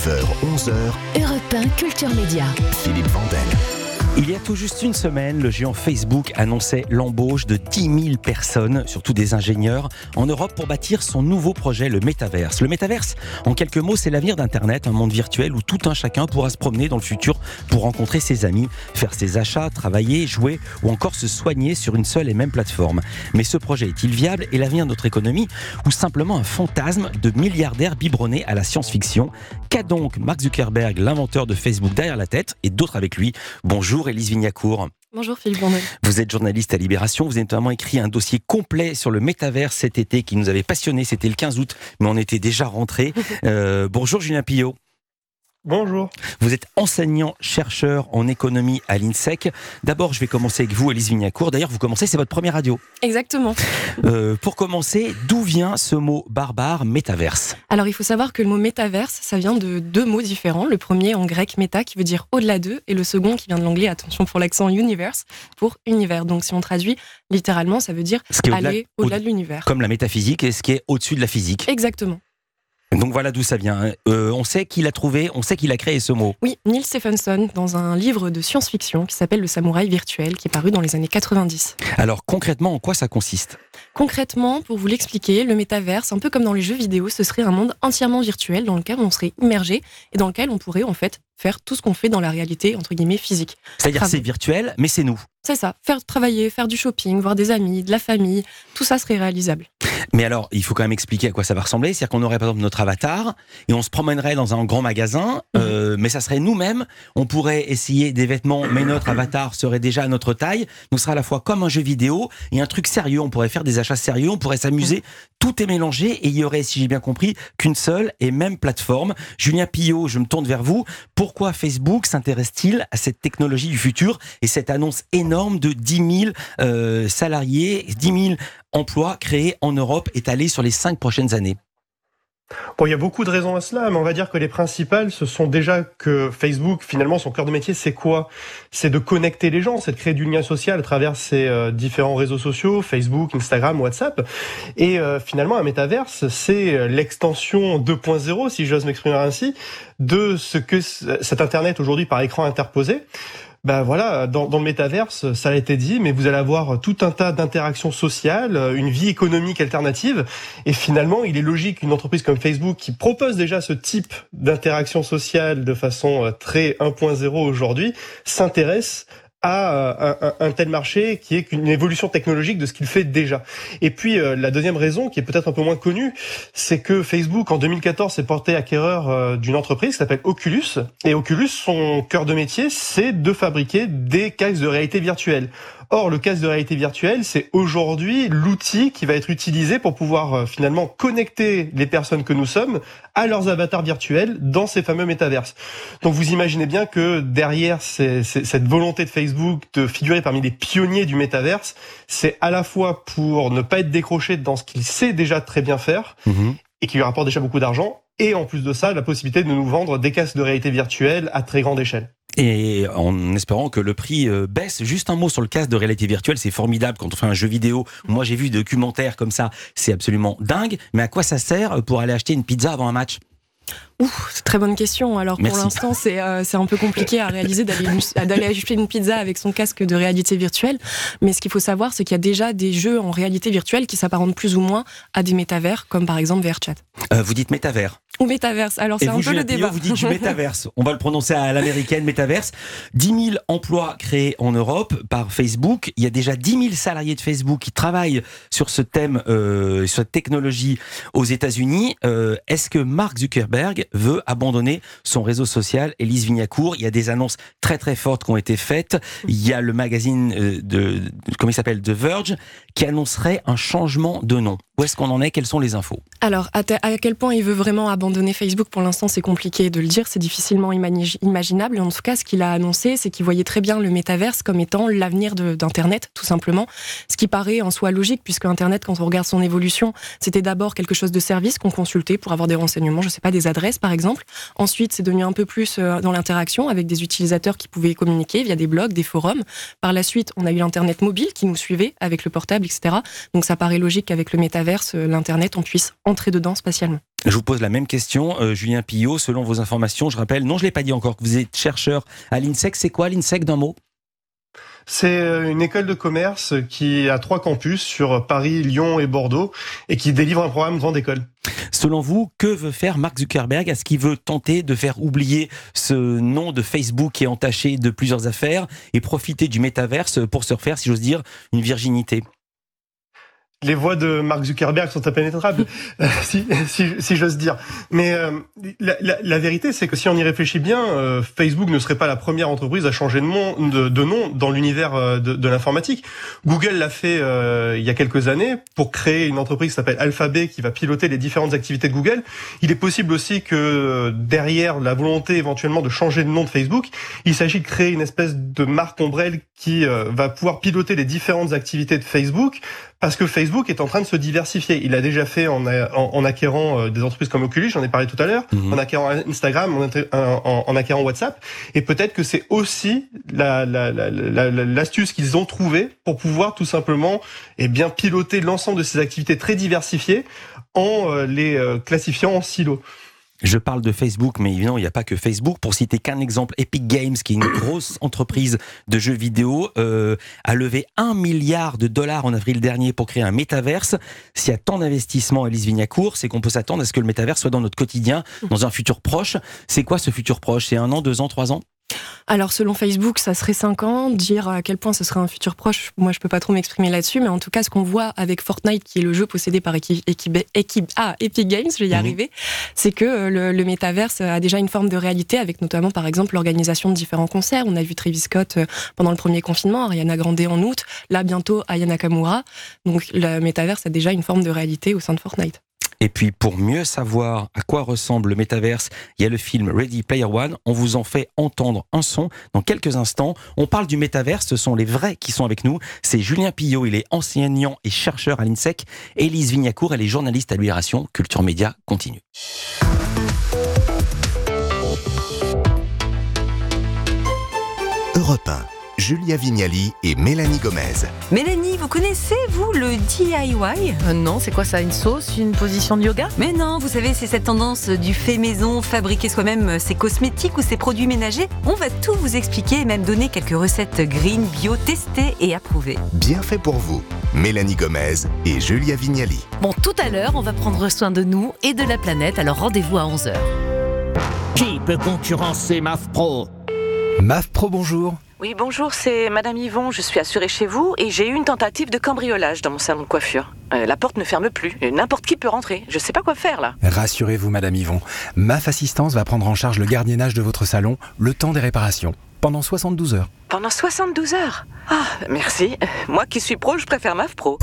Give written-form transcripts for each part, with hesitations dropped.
9h, 11h, Europe 1 Culture Média. Philippe Vandel. Il y a tout juste une semaine, le géant Facebook annonçait l'embauche de 10 000 personnes, surtout des ingénieurs, en Europe pour bâtir son nouveau projet, le Metaverse. Le Metaverse, en quelques mots, c'est l'avenir d'Internet, un monde virtuel où tout un chacun pourra se promener dans le futur pour rencontrer ses amis, faire ses achats, travailler, jouer ou encore se soigner sur une seule et même plateforme. Mais ce projet est-il viable et l'avenir de notre économie ou simplement un fantasme de milliardaires biberonnés à la science-fiction? Qu'a donc Mark Zuckerberg, l'inventeur de Facebook, derrière la tête et d'autres avec lui? Bonjour Élise Vignacourt. Bonjour Philippe Vandel. Vous êtes journaliste à Libération, vous avez notamment écrit un dossier complet sur le métavers cet été qui nous avait passionnés, c'était le 15 août, mais on était déjà rentrés. Bonjour Julien Pillot. Bonjour. Vous êtes enseignant-chercheur en économie à l'INSEC. D'abord, je vais commencer avec vous, Élise Vignacourt. D'ailleurs, vous commencez, c'est votre première radio. Exactement. Pour commencer, d'où vient ce mot barbare, métaverse? Alors, il faut savoir que le mot métaverse, ça vient de deux mots différents. Le premier en grec, méta, qui veut dire au-delà d'eux, et le second, qui vient de l'anglais, attention pour l'accent, universe, pour univers. Donc, si on traduit littéralement, ça veut dire aller au-delà de l'univers. Comme la métaphysique et ce qui est au-dessus de la physique. Exactement. Donc voilà d'où ça vient. On sait qui l'a trouvé, on sait qui a créé ce mot. Oui, Neil Stephenson, dans un livre de science-fiction qui s'appelle Le Samouraï virtuel, qui est paru dans les années 90. Alors concrètement, en quoi ça consiste ? Concrètement, pour vous l'expliquer, le métaverse, un peu comme dans les jeux vidéo, ce serait un monde entièrement virtuel dans lequel on serait immergé et dans lequel on pourrait en fait faire tout ce qu'on fait dans la réalité, entre guillemets, physique. C'est-à-dire c'est virtuel, mais c'est nous. C'est ça, travailler, faire du shopping, voir des amis, de la famille, tout ça serait réalisable. Mais alors, il faut quand même expliquer à quoi ça va ressembler. C'est-à-dire qu'on aurait par exemple notre avatar et on se promènerait dans un grand magasin, mais ça serait nous-mêmes. On pourrait essayer des vêtements, mais notre avatar serait déjà à notre taille. Donc ce sera à la fois comme un jeu vidéo et un truc sérieux. On pourrait faire des achats sérieux, on pourrait s'amuser. Tout est mélangé et il y aurait, si j'ai bien compris, qu'une seule et même plateforme. Julien Pillot, je me tourne vers vous. Pourquoi Facebook s'intéresse-t-il à cette technologie du futur et cette annonce énorme de 10 000 salariés, 10 000 emplois créés en Europe étalés sur les 5 prochaines années? Bon, il y a beaucoup de raisons à cela, mais on va dire que les principales, ce sont déjà que Facebook, finalement, son cœur de métier, c'est quoi? C'est de connecter les gens, c'est de créer du lien social à travers ces différents réseaux sociaux, Facebook, Instagram, WhatsApp. Et finalement, un métaverse, c'est l'extension 2.0, si j'ose m'exprimer ainsi, de ce que cet Internet aujourd'hui par écran interposé. Ben voilà, dans le métaverse, ça a été dit, mais vous allez avoir tout un tas d'interactions sociales, une vie économique alternative. Et finalement, il est logique qu'une entreprise comme Facebook, qui propose déjà ce type d'interaction sociale de façon très 1.0 aujourd'hui, s'intéresse à un tel marché qui est qu'une évolution technologique de ce qu'il fait déjà. Et puis la deuxième raison, qui est peut-être un peu moins connue, c'est que Facebook en 2014 s'est porté acquéreur d'une entreprise qui s'appelle Oculus. Et Oculus, son cœur de métier, c'est de fabriquer des casques de réalité virtuelle. Or, le casque de réalité virtuelle, c'est aujourd'hui l'outil qui va être utilisé pour pouvoir finalement connecter les personnes que nous sommes à leurs avatars virtuels dans ces fameux métaverses. Donc vous imaginez bien que derrière cette volonté de Facebook de figurer parmi les pionniers du métaverse, c'est à la fois pour ne pas être décroché dans ce qu'il sait déjà très bien faire et qui lui rapporte déjà beaucoup d'argent, et en plus de ça, la possibilité de nous vendre des casques de réalité virtuelle à très grande échelle. Et en espérant que le prix baisse. Juste un mot sur le casque de réalité virtuelle, c'est formidable quand on fait un jeu vidéo. Moi j'ai vu des documentaires comme ça, c'est absolument dingue. Mais à quoi ça sert pour aller acheter une pizza avant un match ? C'est très bonne question. Alors pour l'instant, c'est un peu compliqué à réaliser d'aller acheter une pizza avec son casque de réalité virtuelle. Mais ce qu'il faut savoir, c'est qu'il y a déjà des jeux en réalité virtuelle qui s'apparentent plus ou moins à des métavers, comme par exemple VRChat. Vous dites métavers ou métaverse. Alors c'est un peu le débat. Vous dites du métaverse. On va le prononcer à l'américaine, métaverse. 10 000 emplois créés en Europe par Facebook. Il y a déjà 10 000 salariés de Facebook qui travaillent sur ce thème, sur cette technologie aux États-Unis. Est-ce que Mark Zuckerberg veut abandonner son réseau social? Élise Vignacourt, il y a des annonces très très fortes qui ont été faites. Il y a le magazine comment il s'appelle, The Verge, qui annoncerait un changement de nom. Où est-ce qu'on en est? Quelles sont les infos? Alors, à quel point il veut vraiment abandonner Facebook, pour l'instant, c'est compliqué de le dire, c'est difficilement imaginable. En tout cas, ce qu'il a annoncé, c'est qu'il voyait très bien le métaverse comme étant l'avenir d'Internet, tout simplement. Ce qui paraît en soi logique, puisque Internet, quand on regarde son évolution, c'était d'abord quelque chose de service qu'on consultait pour avoir des renseignements, je sais pas, des adresses, par exemple. Ensuite, c'est devenu un peu plus dans l'interaction avec des utilisateurs qui pouvaient communiquer via des blogs, des forums. Par la suite, on a eu l'Internet mobile qui nous suivait avec le portable, etc. Donc, ça paraît logique qu'avec le métaverse, l'Internet, on puisse entrer dedans spatialement. Je vous pose la même question, Julien Pillot, selon vos informations, je rappelle, non je ne l'ai pas dit encore, que vous êtes chercheur à l'INSEC. C'est quoi l'INSEC d'un mot ? C'est une école de commerce qui a 3 campus sur Paris, Lyon et Bordeaux et qui délivre un programme grande école. Selon vous, que veut faire Mark Zuckerberg ? Est-ce qu'il veut tenter de faire oublier ce nom de Facebook qui est entaché de plusieurs affaires et profiter du métaverse pour se refaire, si j'ose dire, une virginité ? Les voix de Mark Zuckerberg sont impénétrables, si j'ose dire. Mais la vérité, c'est que si on y réfléchit bien, Facebook ne serait pas la première entreprise à changer de nom dans l'univers de l'informatique. Google l'a fait il y a quelques années pour créer une entreprise qui s'appelle Alphabet, qui va piloter les différentes activités de Google. Il est possible aussi que derrière la volonté éventuellement de changer de nom de Facebook, il s'agit de créer une espèce de marque ombrelle qui va pouvoir piloter les différentes activités de Facebook, parce que Facebook est en train de se diversifier. Il l'a déjà fait en acquérant des entreprises comme Oculus, j'en ai parlé tout à l'heure, en acquérant Instagram, en acquérant WhatsApp, et peut-être que c'est aussi l'astuce qu'ils ont trouvée pour pouvoir tout simplement piloter l'ensemble de ces activités très diversifiées en les classifiant en silos. Je parle de Facebook, mais évidemment, il n'y a pas que Facebook. Pour citer qu'un exemple, Epic Games, qui est une grosse entreprise de jeux vidéo, a levé $1 milliard en avril dernier pour créer un métaverse. S'il y a tant d'investissements, Alice Vignacourt, c'est qu'on peut s'attendre à ce que le métaverse soit dans notre quotidien, dans un futur proche. C'est quoi ce futur proche ? C'est 1 an, 2 ans, 3 ans ? Alors selon Facebook, ça serait 5 ans. Dire à quel point ce serait un futur proche, moi je peux pas trop m'exprimer là-dessus, mais en tout cas ce qu'on voit avec Fortnite, qui est le jeu possédé par Epic Games, je vais y arriver, c'est que le métaverse a déjà une forme de réalité, avec notamment par exemple l'organisation de différents concerts. On a vu Travis Scott pendant le premier confinement, Ariana Grande en août, là bientôt Aya Nakamura. Donc le métaverse a déjà une forme de réalité au sein de Fortnite. Et puis, pour mieux savoir à quoi ressemble le métaverse, il y a le film Ready Player One. On vous en fait entendre un son dans quelques instants. On parle du métaverse, ce sont les vrais qui sont avec nous. C'est Julien Pillot, il est enseignant et chercheur à l'INSEC. Élise Vignacourt, elle est journaliste à Libération. Culture Média continue. Europe 1. Julia Vignali et Mélanie Gomez. Mélanie, vous connaissez, vous, le DIY ? Non, c'est quoi ça, une sauce, une position de yoga ? Mais non, vous savez, c'est cette tendance du fait maison, fabriquer soi-même ses cosmétiques ou ses produits ménagers. On va tout vous expliquer et même donner quelques recettes green, bio, testées et approuvées. Bien fait pour vous, Mélanie Gomez et Julia Vignali. Bon, tout à l'heure, on va prendre soin de nous et de la planète, alors rendez-vous à 11h. Qui peut concurrencer MAF Pro ? MAF Pro, bonjour. Oui, bonjour, c'est Madame Yvon, je suis assurée chez vous et j'ai eu une tentative de cambriolage dans mon salon de coiffure. La porte ne ferme plus, n'importe qui peut rentrer, je sais pas quoi faire là. Rassurez-vous Madame Yvon, MAF Assistance va prendre en charge le gardiennage de votre salon le temps des réparations, pendant 72 heures. Pendant 72 heures ? Ah, merci. Moi qui suis pro, je préfère MAF Pro.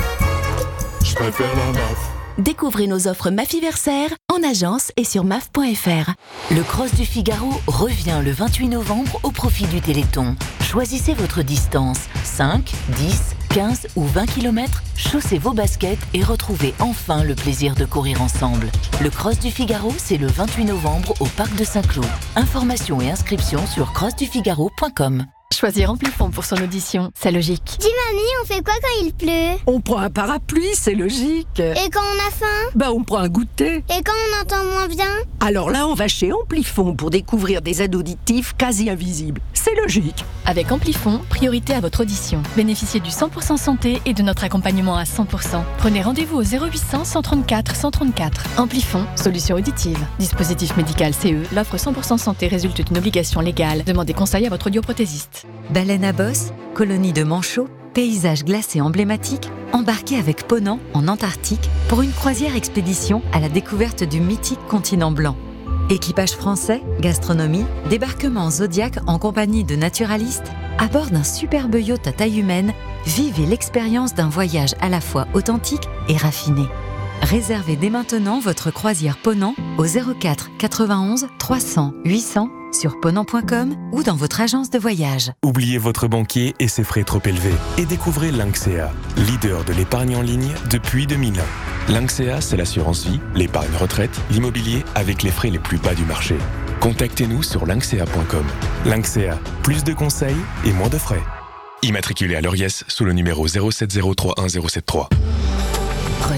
Je préfère la MAF. Découvrez nos offres Mafiversaire en agence et sur maf.fr. Le Cross du Figaro revient le 28 novembre au profit du Téléthon. Choisissez votre distance, 5, 10, 15 ou 20 km, chaussez vos baskets et retrouvez enfin le plaisir de courir ensemble. Le Cross du Figaro, c'est le 28 novembre au Parc de Saint-Cloud. Informations et inscriptions sur crossdufigaro.com. Choisir Amplifon pour son audition, c'est logique. Dis mamie, on fait quoi quand il pleut ? On prend un parapluie, c'est logique. Et quand on a faim ? On prend un goûter. Et quand on entend moins bien ? Alors là, on va chez Amplifon pour découvrir des aides auditives quasi invisibles. C'est logique. Avec Amplifon, priorité à votre audition. Bénéficiez du 100% santé et de notre accompagnement à 100%. Prenez rendez-vous au 0800 134 134. Amplifon, solution auditive. Dispositif médical CE, l'offre 100% santé résulte d'une obligation légale. Demandez conseil à votre audioprothésiste. Baleine à bosse, colonie de manchots, paysages glacés emblématiques, embarquez avec Ponant en Antarctique pour une croisière expédition à la découverte du mythique continent blanc. Équipage français, gastronomie, débarquement Zodiac en compagnie de naturalistes, à bord d'un superbe yacht à taille humaine, vivez l'expérience d'un voyage à la fois authentique et raffiné. Réservez dès maintenant votre croisière Ponant au 04 91 300 800 sur ponant.com ou dans votre agence de voyage. Oubliez votre banquier et ses frais trop élevés et découvrez Lynxea, leader de l'épargne en ligne depuis 2001. Lynxea, c'est l'assurance vie, l'épargne retraite, l'immobilier avec les frais les plus bas du marché. Contactez-nous sur lynxea.com. Lynxea, plus de conseils et moins de frais. Immatriculé à l'URIES sous le numéro 07031 073. Renault.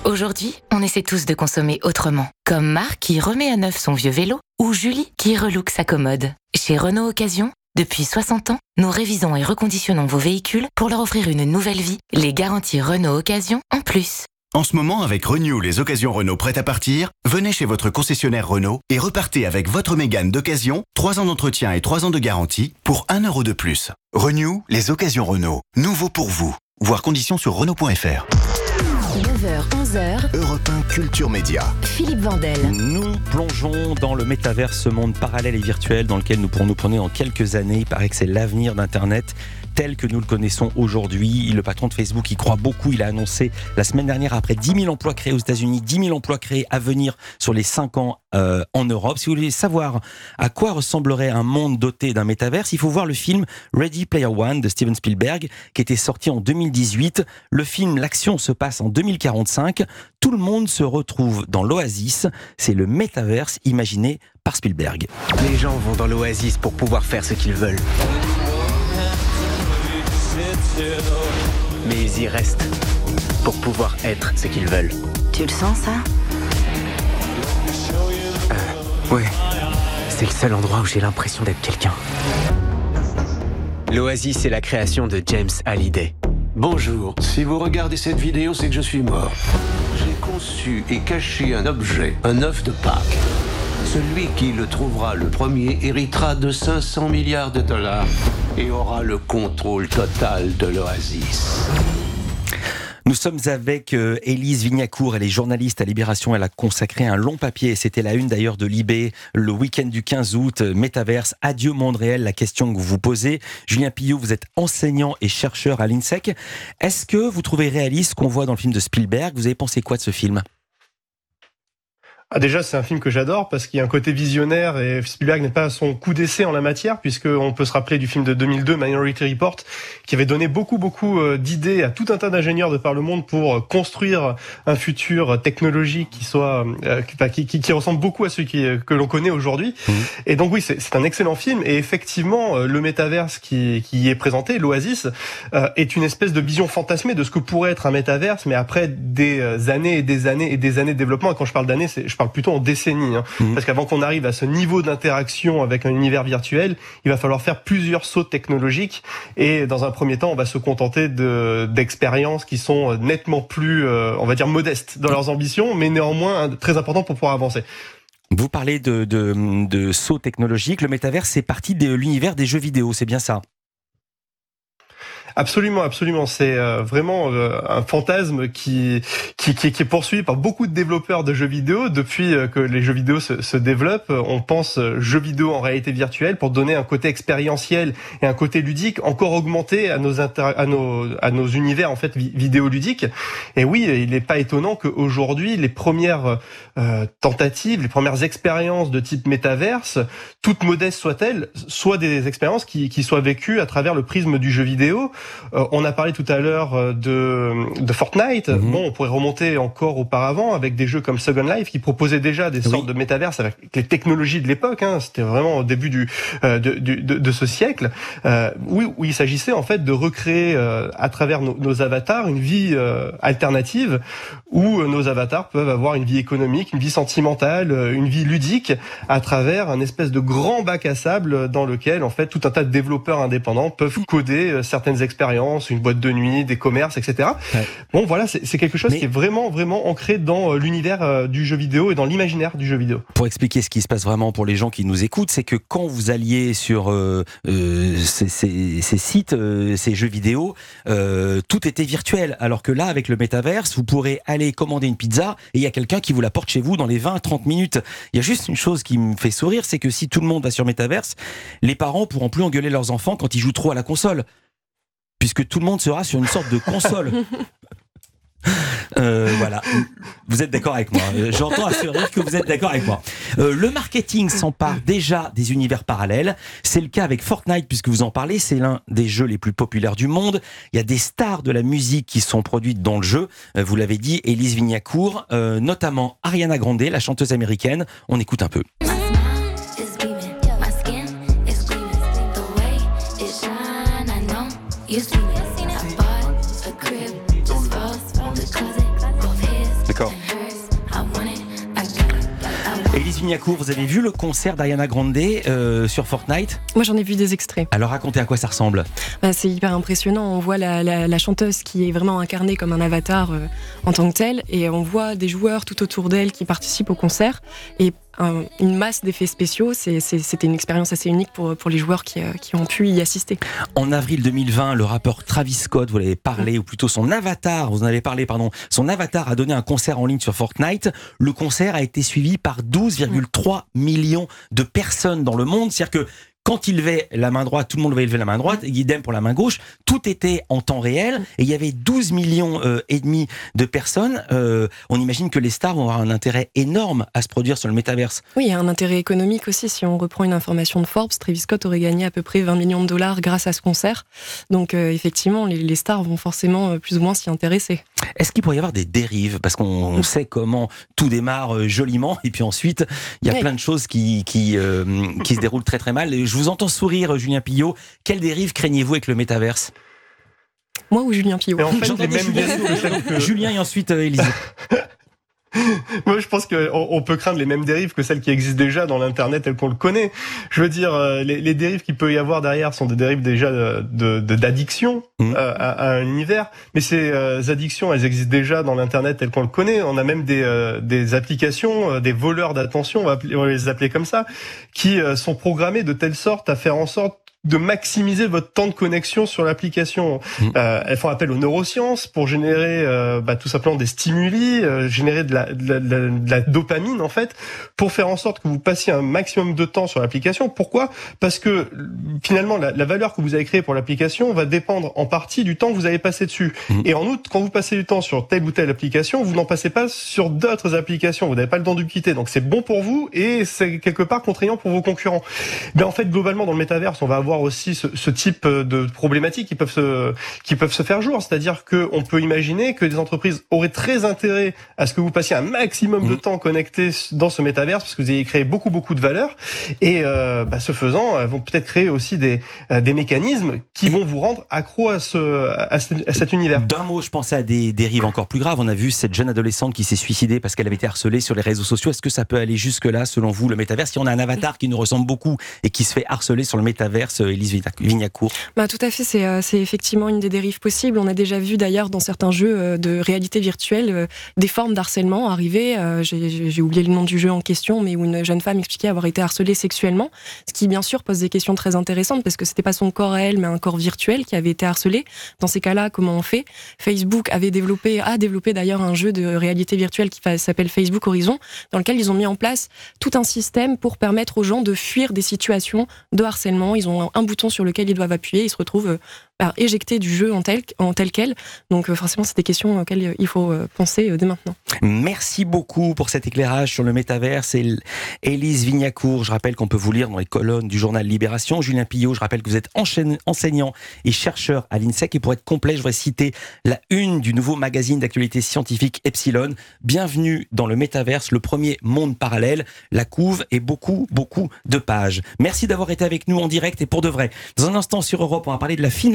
Aujourd'hui, on essaie tous de consommer autrement. Comme Marc qui remet à neuf son vieux vélo ou Julie qui relook sa commode. Chez Renault Occasion, depuis 60 ans, nous révisons et reconditionnons vos véhicules pour leur offrir une nouvelle vie. Les garanties Renault Occasion en plus. En ce moment, avec Renew, les occasions Renault prêtes à partir, venez chez votre concessionnaire Renault et repartez avec votre Mégane d'occasion, 3 ans d'entretien et 3 ans de garantie pour 1 € de plus. Renew, les occasions Renault. Nouveau pour vous. Voir conditions sur Renault.fr. 9h, 11h. Europe 1 Culture Média. Philippe Vandel. Nous plongeons dans le métaverse, ce monde parallèle et virtuel dans lequel nous pourrons nous promener dans quelques années. Il paraît que c'est l'avenir d'Internet tel que nous le connaissons aujourd'hui. Le patron de Facebook y croit beaucoup. Il a annoncé la semaine dernière, après 10 000 emplois créés aux États-Unis, 10 000 emplois créés à venir sur les 5 ans en Europe. Si vous voulez savoir à quoi ressemblerait un monde doté d'un métaverse, il faut voir le film Ready Player One de Steven Spielberg qui était sorti en 2018. Le film, l'action se passe en 2045. Tout le monde se retrouve dans l'Oasis. C'est le métaverse imaginé par Spielberg. Les gens vont dans l'Oasis pour pouvoir faire ce qu'ils veulent. Mais ils y restent pour pouvoir être ce qu'ils veulent. Tu le sens, ça ? Ouais. C'est le seul endroit où j'ai l'impression d'être quelqu'un. L'Oasis, c'est la création de James Hallyday. Bonjour. Si vous regardez cette vidéo, c'est que je suis mort. J'ai conçu et caché un objet, un œuf de Pâques. Celui qui le trouvera le premier héritera de 500 milliards de dollars et aura le contrôle total de l'Oasis. Nous sommes avec Élise Vignacourt, elle est journaliste à Libération, elle a consacré un long papier, c'était la une d'ailleurs de Libé, le week-end du 15 août, Métaverse, adieu monde réel, la question que vous vous posez. Julien Pillot, vous êtes enseignant et chercheur à l'INSEC. Est-ce que vous trouvez réaliste ce qu'on voit dans le film de Spielberg ? Vous avez pensé quoi de ce film ? Déjà, c'est un film que j'adore parce qu'il y a un côté visionnaire et Spielberg n'est pas à son coup d'essai en la matière, puisqu'on peut se rappeler du film de 2002, Minority Report, qui avait donné beaucoup d'idées à tout un tas d'ingénieurs de par le monde pour construire un futur technologique qui soit qui ressemble beaucoup à celui que l'on connaît aujourd'hui. Et donc oui, c'est un excellent film et effectivement, le métaverse qui y est présenté, l'Oasis, est une espèce de vision fantasmée de ce que pourrait être un métaverse, mais après des années et des années et des années de développement. Et quand je parle d'années, je parle plutôt en décennies, parce qu'avant qu'on arrive à ce niveau d'interaction avec un univers virtuel, il va falloir faire plusieurs sauts technologiques et dans un premier temps, on va se contenter d'expériences qui sont nettement plus, on va dire, modestes dans leurs ambitions, mais néanmoins très importantes pour pouvoir avancer. Vous parlez de sauts technologiques, le métaverse c'est partie de l'univers des jeux vidéo, c'est bien ça ? Absolument. C'est vraiment un fantasme qui est poursuivi par beaucoup de développeurs de jeux vidéo. Depuis que les jeux vidéo se développent, on pense jeux vidéo en réalité virtuelle pour donner un côté expérientiel et un côté ludique encore augmenté à nos univers en fait vidéoludiques. Et oui, il n'est pas étonnant qu'aujourd'hui les premières tentatives, les premières expériences de type métaverse, toutes modestes soient-elles, soient des expériences qui soient vécues à travers le prisme du jeu vidéo. On a parlé tout à l'heure de Fortnite. Bon, on pourrait remonter encore auparavant avec des jeux comme Second Life qui proposaient déjà des sortes de métaverses avec les technologies de l'époque. C'était vraiment au début de ce siècle. Où il s'agissait en fait de recréer à travers nos avatars une vie alternative où nos avatars peuvent avoir une vie économique, une vie sentimentale, une vie ludique à travers un espèce de grand bac à sable dans lequel en fait tout un tas de développeurs indépendants peuvent coder certaines expériences, une boîte de nuit, des commerces, etc. Ouais. Bon, voilà, c'est quelque chose qui est vraiment ancré dans l'univers du jeu vidéo et dans l'imaginaire du jeu vidéo. Pour expliquer ce qui se passe vraiment pour les gens qui nous écoutent, c'est que quand vous alliez sur ces sites, ces jeux vidéo, tout était virtuel. Alors que là, avec le métaverse, vous pourrez aller commander une pizza et il y a quelqu'un qui vous la porte chez vous dans les 20-30 minutes. Il y a juste une chose qui me fait sourire, c'est que si tout le monde va sur métaverse, les parents pourront plus engueuler leurs enfants quand ils jouent trop à la console. Puisque tout le monde sera sur une sorte de console. Voilà, vous êtes d'accord avec moi. J'entends à ce rire que vous êtes d'accord avec moi. Le marketing s'empare déjà des univers parallèles. C'est le cas avec Fortnite, puisque vous en parlez. C'est l'un des jeux les plus populaires du monde. Il y a des stars de la musique qui sont produites dans le jeu. Vous l'avez dit, Élise Vignacourt, notamment Ariana Grande, la chanteuse américaine. On écoute un peu. Élise Vignacourt, vous avez vu le concert d'Ariana Grande sur Fortnite ? Moi, j'en ai vu des extraits. Alors, racontez à quoi ça ressemble. C'est hyper impressionnant. On voit la chanteuse qui est vraiment incarnée comme un avatar en tant que telle, et on voit des joueurs tout autour d'elle qui participent au concert, et une masse d'effets spéciaux. C'était une expérience assez unique pour les joueurs qui ont pu y assister. En avril 2020, le rappeur Travis Scott, vous l'avez parlé, ou plutôt son avatar a donné un concert en ligne sur Fortnite. Le concert a été suivi par 12,3 millions de personnes dans le monde. C'est-à-dire que quand il levait la main droite, tout le monde devait lever la main droite, et idem pour la main gauche, tout était en temps réel, et il y avait 12 millions et demi de personnes. On imagine que les stars vont avoir un intérêt énorme à se produire sur le métaverse. Oui, il y a un intérêt économique aussi. Si on reprend une information de Forbes, Travis Scott aurait gagné à peu près 20 millions de dollars grâce à ce concert. Donc effectivement, les stars vont forcément plus ou moins s'y intéresser. Est-ce qu'il pourrait y avoir des dérives ? Parce qu'on sait comment tout démarre joliment, et puis ensuite, il y a plein de choses qui se déroulent très très mal. Je vous entends sourire, Julien Pillot. Quelle dérive craignez-vous avec le métaverse ? Moi ou Julien Pillot ? En fait, les mêmes dérives Julien et ensuite Élise. Moi, je pense qu'on peut craindre les mêmes dérives que celles qui existent déjà dans l'Internet tel qu'on le connaît. Je veux dire, les dérives qu'il peut y avoir derrière sont des dérives déjà d'addiction à un univers. Mais ces addictions, elles existent déjà dans l'Internet tel qu'on le connaît. On a même des applications, des voleurs d'attention, on va les appeler comme ça, qui sont programmés de telle sorte à faire en sorte de maximiser votre temps de connexion sur l'application. Elles font appel aux neurosciences pour générer tout simplement des stimuli, générer de la dopamine en fait, pour faire en sorte que vous passiez un maximum de temps sur l'application. Pourquoi ? Parce que finalement la valeur que vous avez créée pour l'application va dépendre en partie du temps que vous avez passé dessus. Et en outre, quand vous passez du temps sur telle ou telle application, vous n'en passez pas sur d'autres applications. Vous n'avez pas le temps d'ubiquité. Donc c'est bon pour vous et c'est quelque part contraignant pour vos concurrents. Mais en fait, globalement, dans le métaverse, on va avoir aussi ce type de problématiques qui peuvent se faire jour. C'est-à-dire qu'on peut imaginer que des entreprises auraient très intérêt à ce que vous passiez un maximum de temps connecté dans ce métaverse parce que vous avez créé beaucoup de valeur. Et ce faisant, elles vont peut-être créer aussi des mécanismes qui vont vous rendre accro à cet univers. D'un mot, je pensais à des dérives encore plus graves. On a vu cette jeune adolescente qui s'est suicidée parce qu'elle avait été harcelée sur les réseaux sociaux. Est-ce que ça peut aller jusque-là, selon vous, le métaverse ? Si on a un avatar qui nous ressemble beaucoup et qui se fait harceler sur le métaverse, Élise Vignacourt. Tout à fait, c'est effectivement une des dérives possibles. On a déjà vu d'ailleurs dans certains jeux de réalité virtuelle des formes d'harcèlement arriver. J'ai oublié le nom du jeu en question, mais où une jeune femme expliquait avoir été harcelée sexuellement, ce qui bien sûr pose des questions très intéressantes parce que c'était pas son corps à elle, mais un corps virtuel qui avait été harcelé. Dans ces cas-là, comment on fait ? Facebook a développé d'ailleurs un jeu de réalité virtuelle qui s'appelle Facebook Horizon, dans lequel ils ont mis en place tout un système pour permettre aux gens de fuir des situations de harcèlement. Ils ont un bouton sur lequel ils doivent appuyer, ils se retrouvent éjectés du jeu en tel quel. Donc forcément, c'est des questions auxquelles il faut penser dès maintenant. Merci beaucoup pour cet éclairage sur le métaverse. Élise Vignacourt, je rappelle qu'on peut vous lire dans les colonnes du journal Libération. Julien Pillot, je rappelle que vous êtes enseignant et chercheur à l'INSEC. Et pour être complet, je voudrais citer la une du nouveau magazine d'actualité scientifique Epsilon. Bienvenue dans le métaverse, le premier monde parallèle. La couve et beaucoup de pages. Merci d'avoir été avec nous en direct et pour de vrai. Dans un instant sur Europe, on va parler de la finale